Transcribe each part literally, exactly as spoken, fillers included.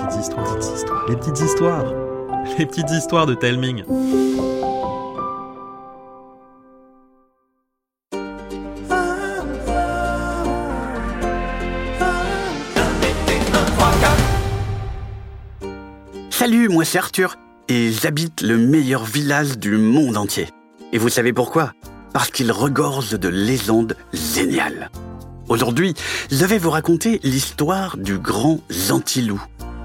petites histoires, petites histoires, les petites histoires, les petites histoires de Telming. Salut, moi c'est Arthur, et j'habite le meilleur village du monde entier. Et vous savez pourquoi ? Parce qu'il regorge de légendes géniales. Aujourd'hui, je vais vous raconter l'histoire du grand gentil loup.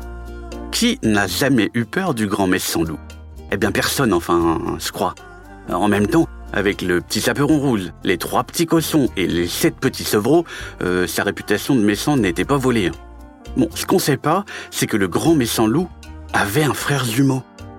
Qui n'a jamais eu peur du grand méchant loup ? Eh bien personne, enfin, je crois. En même temps, avec le petit chaperon rouge, les trois petits cochons et les sept petits chevreaux, euh, sa réputation de méchant n'était pas volée. Bon, ce qu'on sait pas, c'est que le grand méchant loup avait un frère jumeau.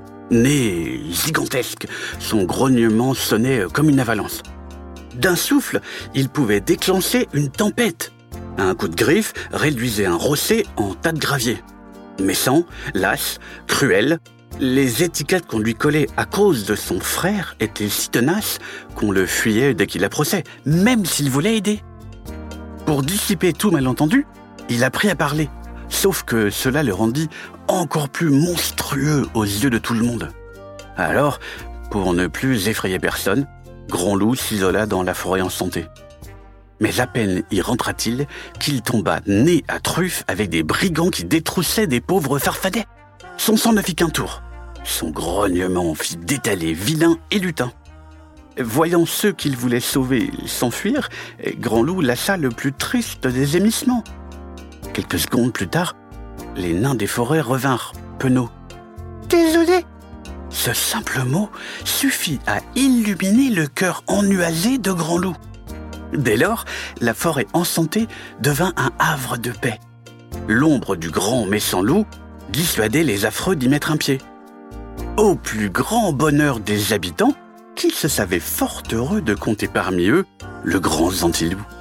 Né gigantesque, son grognement sonnait comme une avalanche. D'un souffle, il pouvait déclencher une tempête. Un coup de griffe réduisait un rocher en tas de gravier. Méchant, lâche, cruel, les étiquettes qu'on lui collait à cause de son frère étaient si tenaces qu'on le fuyait dès qu'il approchait, même s'il voulait aider. Pour dissiper tout malentendu, il apprit à parler. Sauf que cela le rendit encore plus monstrueux aux yeux de tout le monde. Alors, pour ne plus effrayer personne, Grand Loup s'isola dans la forêt enchantée. Mais à peine y rentra-t-il qu'il tomba nez à truffe avec des brigands qui détroussaient des pauvres farfadets. Son sang ne fit qu'un tour. Son grognement fit d'étaler vilains et lutins. Voyant ceux qu'il voulait sauver s'enfuir, Grand Loup lâcha le plus triste des gémissements. Quelques secondes plus tard, les nains des forêts revinrent, penauds. « Désolé !» Ce simple mot suffit à illuminer le cœur ennuagé de Grand Loup. Dès lors, la forêt enchantée devint un havre de paix. L'ombre du grand méchant loup dissuadait les affreux d'y mettre un pied. Au plus grand bonheur des habitants, qui se savaient fort heureux de compter parmi eux le grand gentil loup.